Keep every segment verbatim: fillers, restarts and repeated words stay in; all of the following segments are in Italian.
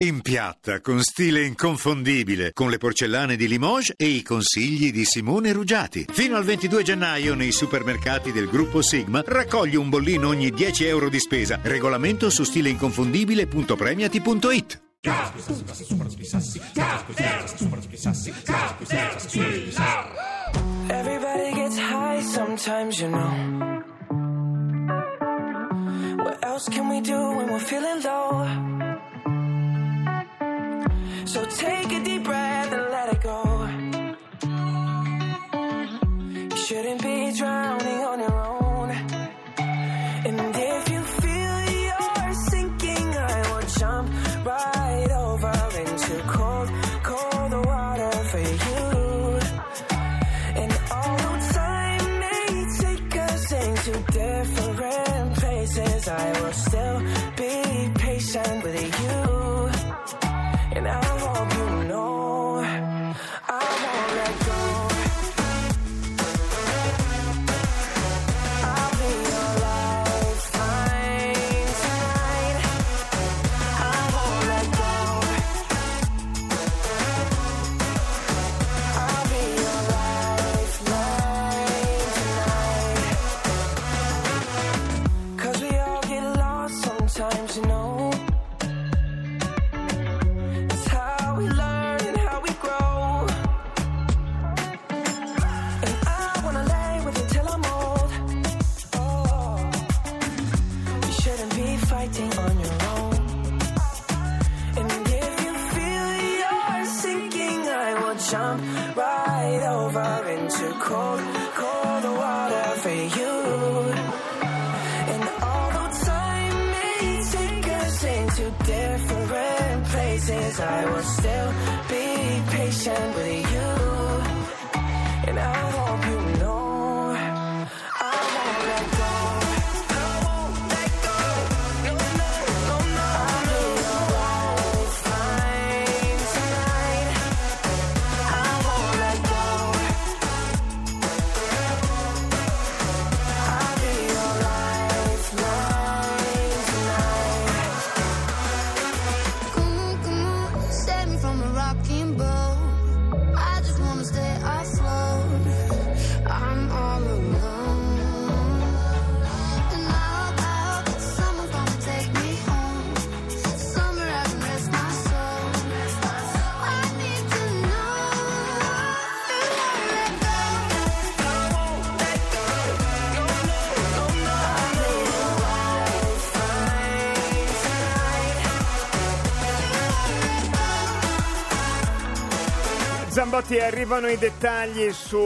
In piatta, con stile inconfondibile, con le porcellane di Limoges e i consigli di Simone Ruggiati. Fino al ventidue gennaio nei supermercati del gruppo Sigma raccogli un bollino ogni dieci euro di spesa. Regolamento su stileinconfondibile punto premiati punto it. Everybody gets high sometimes, you know. What else can we do when we're feeling low? So take a deep breath and let it go. You shouldn't be drowning on your own. And if you feel you're sinking, I will jump right over into cold, cold water for you. And although time may take us into different places, I will still be patient with you. And I hope you know I won't let go. I'll be your lifeline tonight. I won't let go. I'll be your lifeline tonight. 'Cause we all get lost sometimes, you know. Fighting on your own. And if you feel you're sinking, I will jump right over into cold, cold water for you. And although time may take us into different places, I will still be patient with you. And I hope you know I won't let go. Zambotti, arrivano i dettagli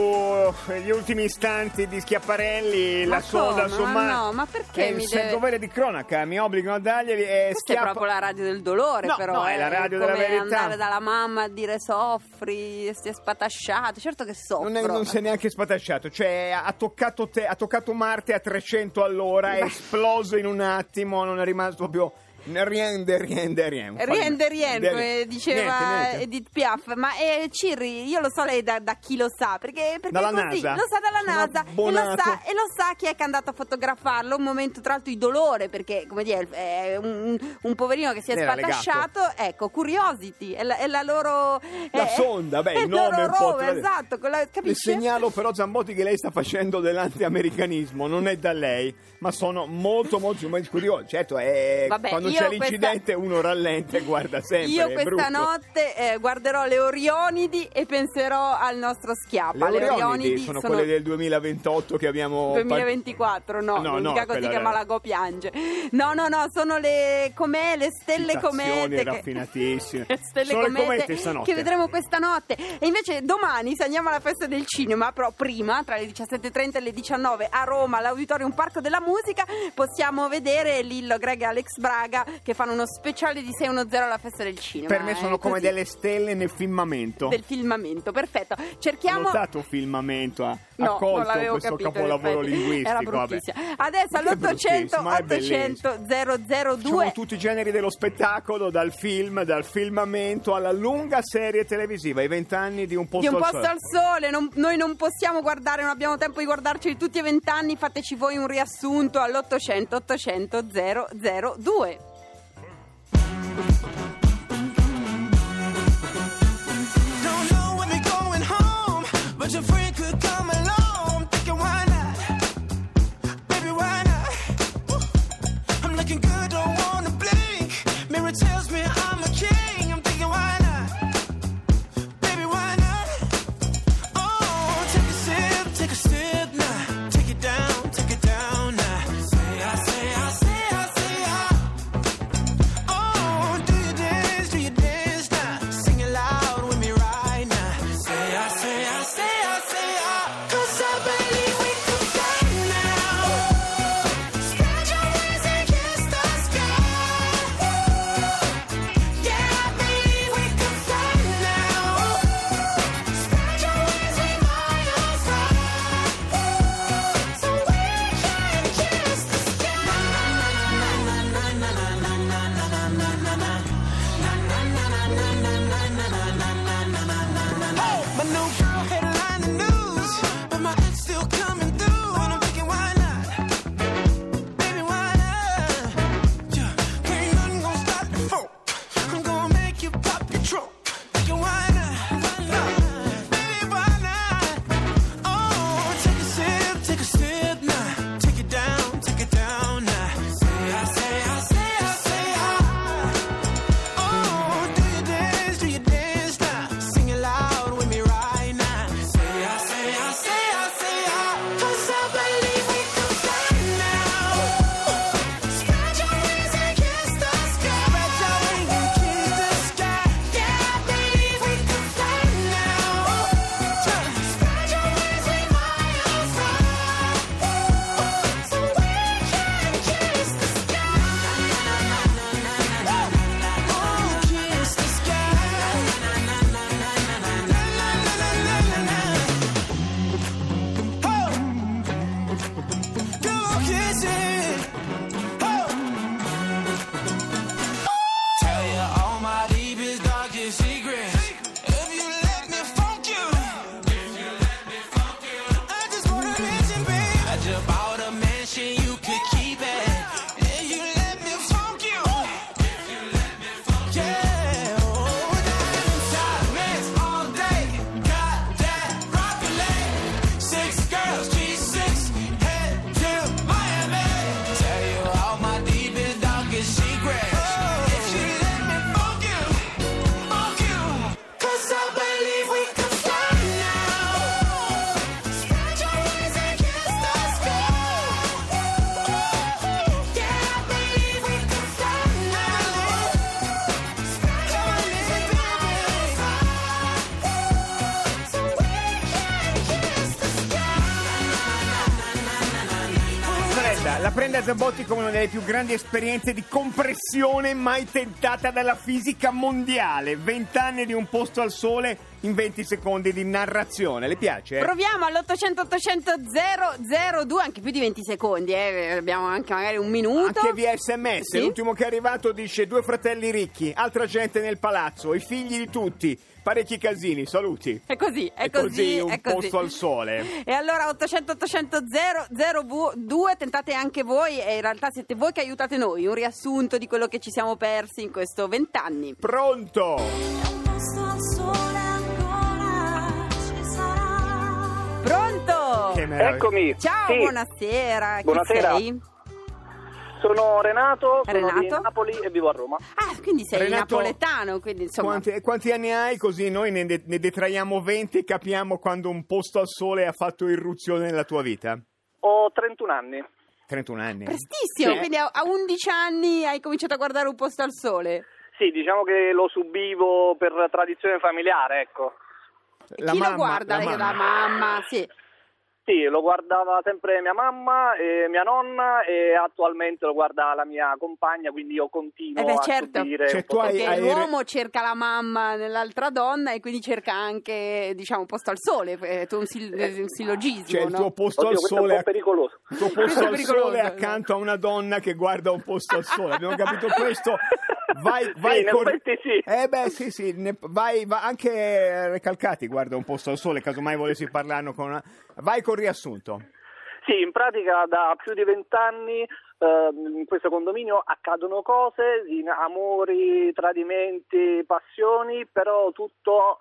sugli ultimi istanti di Schiaparelli, ma la sonda su ma no, ma perché è mi il deve... dovere di cronaca, mi obbligano a darglieli. E Questa schiappa... è proprio la radio del dolore, no, però no, è la radio della come verità. Andare dalla mamma a dire soffri, si è spatasciato, certo che soffro. Non, è, non si è neanche spatasciato, cioè ha toccato, te, ha toccato Marte a trecento all'ora, è esploso in un attimo, non è rimasto proprio... Riende, riende, riende. Riende, riende, come diceva niente, niente. Edith Piaf. Ma eh, Cirri, io lo so lei da, da chi lo sa, perché, perché dalla così, NASA. lo sa dalla Sono NASA e lo, sa, e lo sa chi è che è andato a fotografarlo. Un momento tra l'altro di dolore, perché come dire è un, un poverino che si è Era spatasciato. legato. Ecco, Curiosity è la, è la loro la è, sonda, beh, è il nome loro un po' rover, esatto, quella, Le capisci? segnalo però, Zambotti, che lei sta facendo dell'anti-americanismo, non è da lei, ma sono molto molto, molto curioso. Certo, è Vabbè, quando io c'è questa... l'incidente uno rallenta e guarda sempre. Io è questa brutto. notte eh, guarderò le Orionidi e penserò al nostro Schiappa. Le Le Orionidi, Orionidi sono, sono quelle del duemilaventotto che abbiamo duemilaventiquattro, no, no, non no, dica così quella che era- Malago piange. No, no, no, sono le comè, le stelle Citazioni comete che- raffinatissime. le stelle Sono le comete, comete stanotte. che vedremo questa notte. E invece domani se andiamo alla festa del cinema, però prima tra le diciassette e trenta e le diciannove a Roma all'Auditorium Parco della Musica possiamo vedere Lillo, Greg e Alex Braga che fanno uno speciale di sei uno zero alla festa del cinema. Per me sono eh, come così. delle stelle nel filmamento. Del filmamento, perfetto. Cerchiamo. Ho notato filmamento, ha No, ha colto non l'avevo questo capito, capolavoro in effetti. linguistico. Era vabbè. bruttissimo. Adesso Ma che all'ottocento bruttissimo, è ottocento zero zero due Diciamo tutti i generi dello spettacolo, dal film, dal filmamento alla lunga serie televisiva, i vent'anni di Un posto, di un al posto sole. al sole. Non- noi non possiamo guardare, non abbiamo tempo di guardarci tutti i vent'anni. Fateci voi un riassunto all'ottocento ottocento zero zero due. but your friend could come along. I'm thinking, why not? Baby, why not? I'm looking good, don't wanna blink. Mirror tells me I'm a king. I'm thinking, why not? Baby, why not? Oh, take a sip, take a sip now. Take it down, take it down now. Say, I say, I say, I say, I. Oh, do you dance, do you dance now? Sing it loud with me right now. Say, I say, I say, I say, I. Cause I believe we can fly now. Spread your wings and kiss the sky. Yeah, I believe we can fly now. Spread your wings, we miles high. So we can kiss the sky. Na na na na na na na na na na na na. Na na na na na na na na na na na na na. My new girl headline the news, but my ex still coming through, and I'm thinking, why not? Baby, why not? Yeah, ain't nothing gonna stop the funk. I'm gonna make you pop your trunk. Thinking, why not? Why not? Baby, why not? Oh, take a sip, take a sip now. Take it down, take it down now. Say, I say, I say, I say, I. Oh, do you dance, do you dance now? Sing it loud with me right now. Say, I say, I say, I say, I. Cause I believe we can fly now. Spread your wings and kiss the sky. Spread your wings and kiss the sky. Yeah, I believe we can fly now. Spread your wings, we miles high. So we can kiss the sky. Oh, kiss the sky. Go kiss it. Oh. Tell you all my deepest, darkest secrets. If you let me funk you. I just wanna mention, babe. I just bought a mansion, you could keep it. If you let me funk you. Yeah, oh, diamond top mess all day. Got that rocket leg. Six girls, G six, head to Miami. Tell you all my deepest, darkest secrets. If you let me funk you, funk you. Cause I believe we can fly now. Spread your wings and kiss the sky. Yeah, I believe we can fly now. Spread your wings and kiss the sky. So we can kiss the sky. Fredda, la prende a Zabotti come una delle più grandi esperienze di compressione mai tentata dalla fisica mondiale. vent'anni di Un posto al sole in venti secondi di narrazione. Le piace? Proviamo all'ottocento ottocento zero zero due, anche più di venti secondi, eh. Abbiamo anche magari un minuto. Anche via sms. Sì. L'ultimo che è arrivato dice: due fratelli ricchi, altra gente nel palazzo, i figli di tutti, parecchi casini, saluti. È così, è, È così, Un è così. posto al sole. E allora ottocento ottocento zero zero due, tentate anche voi, e in realtà siete voi che aiutate noi. Un riassunto di quello che ci siamo persi in questo vent'anni. Pronto? Posto al sole ancora ci sarà. Pronto? Che meraviglia. Eccomi. Ciao, Sì. buonasera. Chi Buonasera. sei? Sono Renato, sono Renato? di Napoli e vivo a Roma. Ah, quindi sei Renato, napoletano, quindi insomma. Quanti, quanti anni hai? Così noi ne, de- ne detraiamo venti e capiamo quando Un posto al sole ha fatto irruzione nella tua vita. Ho trentuno anni. trentuno anni. Prestissimo, Sì. quindi a, a undici anni hai cominciato a guardare Un posto al sole. Sì, diciamo che lo subivo per tradizione familiare, ecco. La Chi mamma, lo guarda? la La mamma. mamma, sì. Sì, lo guardava sempre mia mamma e mia nonna e attualmente lo guarda la mia compagna, quindi io continuo Eh beh, a certo. subire Cioè, un po' tu hai- Perché hai- l'uomo cerca la mamma nell'altra donna e quindi cerca anche, diciamo, un posto al sole, è un, sil- un sillogismo, Cioè il no? tuo posto Oddio, al questo è un sole po' pericoloso. il tuo Questo posto è al pericoloso, sole no? accanto a una donna che guarda Un posto al sole. Abbiamo capito questo. Vai, vai in con... effetti sì. Eh beh, sì, sì, ne- vai, va- anche Recalcati guarda Un posto al sole, casomai volessi parlarne con una... Vai col riassunto. Sì, in pratica da più di vent'anni eh, in questo condominio accadono cose, in- amori, tradimenti, passioni, però tutto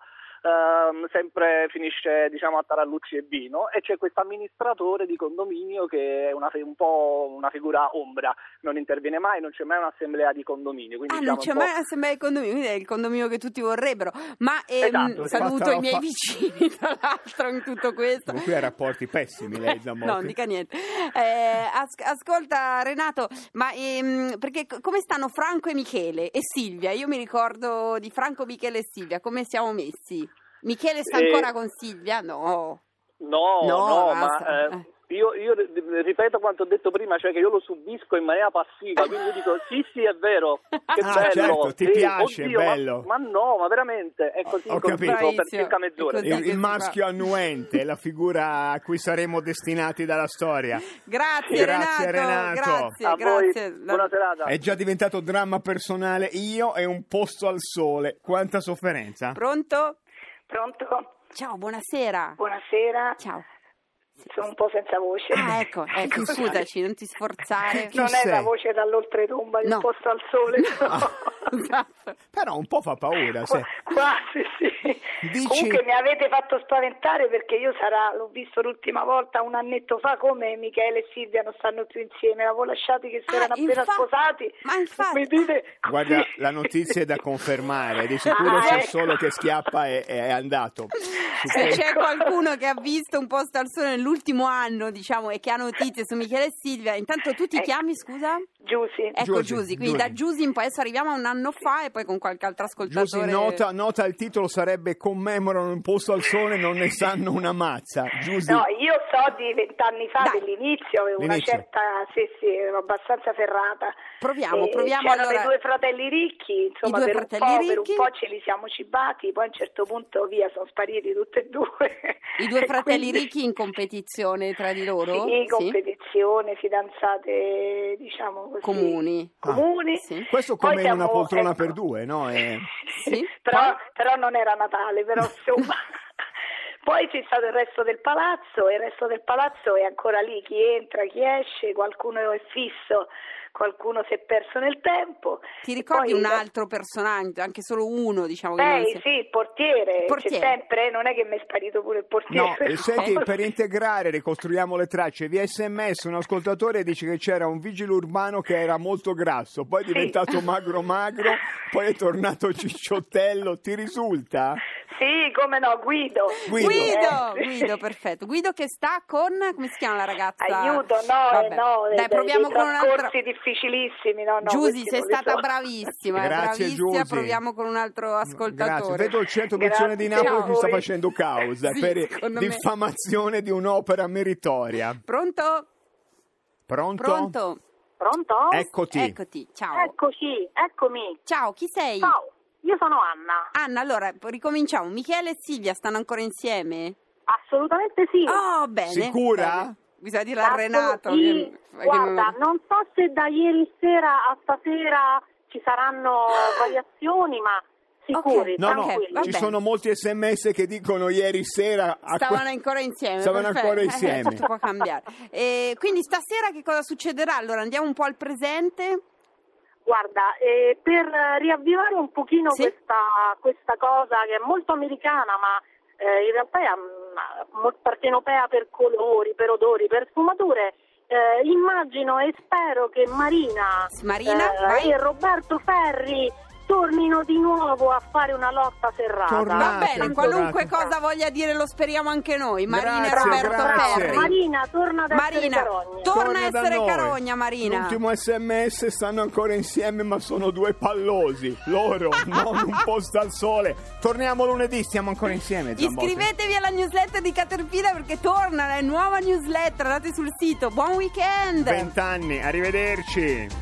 ehm, sempre finisce diciamo a tarallucci e vino, e c'è questo amministratore di condominio che è una, un po' una figura ombra, non interviene mai, non c'è mai un'assemblea di condominio. Quindi, Ah, diciamo, non c'è un po'... mai un'assemblea di condominio, quindi è il condominio che tutti vorrebbero. Ma ehm, Esatto, saluto fatta- i miei fa- vicini, tra l'altro, in tutto questo. Con cui ha rapporti pessimi lei, Zambotti. No, non dica niente. Eh, as- ascolta Renato, ma ehm, perché c- come stanno Franco e Michele e Silvia? Io mi ricordo di Franco, Michele e Silvia, come siamo messi? Michele sta Eh, ancora con Silvia? No. No, No, no, basta. ma eh, io, io ripeto quanto ho detto prima, cioè che io lo subisco in maniera passiva, quindi io dico sì sì è vero, che Ah, bello, certo, ti sì, piace, è oddio, ma- bello. Ma, no, ma veramente è così, Ho convinto capito. per circa mezz'ora. È così. Il, che il si maschio fa. annuente, la figura a cui saremo destinati dalla storia. Grazie, Grazie, Renato. Renato. Grazie, A voi, grazie. buona serata. È già diventato dramma personale io e un posto al sole. Quanta sofferenza. Pronto? Pronto? Ciao, buonasera. Buonasera. Ciao. Sono un po' senza voce. Ah, ecco, ecco, scusaci, non ti sforzare. Chi non sei? è la voce dall'oltretomba di No. un posto al sole. No. Esatto. Però un po' fa paura. Se... Quasi sì. Dici- Comunque mi avete fatto spaventare perché io sarà, l'ho visto l'ultima volta un annetto fa come Michele e Silvia non stanno più insieme, l'avevo lasciati che si Ah, erano appena infa- sposati. ma infatti- Mi dite così. Guarda, la notizia è da confermare. Di sicuro Ah, c'è il ecco. sole che schiappa e è andato. Su Se questo- c'è qualcuno che ha visto un posto al sole nell'ultimo anno, diciamo, e che ha notizie su Michele e Silvia, intanto tu ti Ecco. chiami, scusa? Giusy. Ecco Giusy, Giusy, quindi Giusy. da Giusy in poi adesso arriviamo a un anno fa e poi con qualche altro ascoltatore. Giusy, nota, nota il titolo sarebbe Commemorano un posto al sole, non ne sanno una mazza. Giusy, No, io so di vent'anni fa Dai. dell'inizio, avevo una L'inizio. certa, sì sì, ero abbastanza ferrata. Proviamo, E proviamo c'erano allora. i due fratelli ricchi, insomma I due per, un fratelli po', per ricchi. un po' ce li siamo cibati, poi a un certo punto via sono spariti tutti e due. I due E fratelli quindi- ricchi in competizione tra di loro? Sì, competizione, fidanzate, diciamo così. Comuni. Comuni. Sì. questo Poi come in una siamo- poltrona ecco. per due, no? È- Sì. però, Poi? però non era Natale, però insomma. Poi c'è stato il resto del palazzo, e il resto del palazzo è ancora lì, chi entra, chi esce, qualcuno è fisso, qualcuno si è perso nel tempo. Ti E ricordi poi- un altro personaggio, anche solo uno, diciamo che non Beh, si- sì, il portiere, Il portiere. c'è sempre, non è che mi è sparito pure il portiere. No, e senti, per integrare, ricostruiamo le tracce, via sms un ascoltatore dice che c'era un vigile urbano che era molto grasso, poi è Sì. diventato magro magro, poi è tornato cicciottello, ti risulta? Sì, come no, Guido. Guido. Guido, Eh, sì. Guido, perfetto. Guido che sta con, come si chiama la ragazza? Aiuto, no, Vabbè. eh, no, Dai, dei- proviamo dei con un'altra. trascorsi difficilissimi, no, no. Giusy, questi sei non li stata so. bravissima, eh, Grazie, bravissima. Giusy. Proviamo con un altro ascoltatore. Grazie, vedo il centro produzione di Grazie Napoli a che sta voi. facendo causa Sì, per secondo me. diffamazione di un'opera meritoria. Pronto? Pronto? Pronto? Pronto? Eccoti. Eccoti, ciao. Eccoci, eccomi. Ciao, chi sei? Ciao, io sono Anna. Anna, allora, ricominciamo. Michele e Silvia stanno ancora insieme? Assolutamente sì. Oh, bene. Sicura? bene. Bisogna dire a Renato. Sì, che- che guarda, non- non so se da ieri sera a stasera ci saranno variazioni, ma sicuri, Ok, No, no, tranquilli. va ci bene. sono molti sms che dicono ieri sera a Stavano que- ancora insieme. Stavano perfetto. ancora Eh, insieme. tutto può cambiare. E quindi stasera che cosa succederà? Allora andiamo un po' al presente. Guarda, eh, per riavvivare un pochino Sì. questa, questa cosa che è molto americana, ma eh, in realtà è mm, molto partenopea per colori, per odori, per sfumature, eh, immagino e spero che Marina, Marina, eh, vai. e Roberto Ferri tornino di nuovo a fare una lotta serrata. Tornate, Va bene, Tornate. qualunque cosa voglia dire lo speriamo anche noi. Marina Grazie, e Roberto grazie. Ferri. Marina, torna ad essere Marina, carogna. torna a Torna da essere noi. carogna, Marina. L'ultimo sms stanno ancora insieme ma sono due pallosi. Loro, non un posto al sole. Torniamo lunedì, stiamo ancora insieme, Zambotti. Iscrivetevi alla newsletter di Caterpillar perché torna la nuova newsletter. Andate sul sito. Buon weekend. Vent'anni, arrivederci.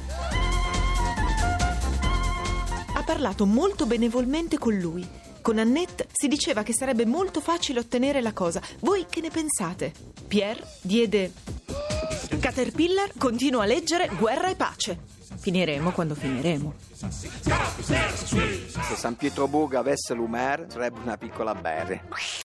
Ha parlato molto benevolmente con lui. Con Annette si diceva che sarebbe molto facile ottenere la cosa. Voi che ne pensate? Pierre diede... Caterpillar continua a leggere Guerra e Pace. Finiremo quando finiremo. Se San Pietroburgo avesse l'Umer sarebbe una piccola Berry.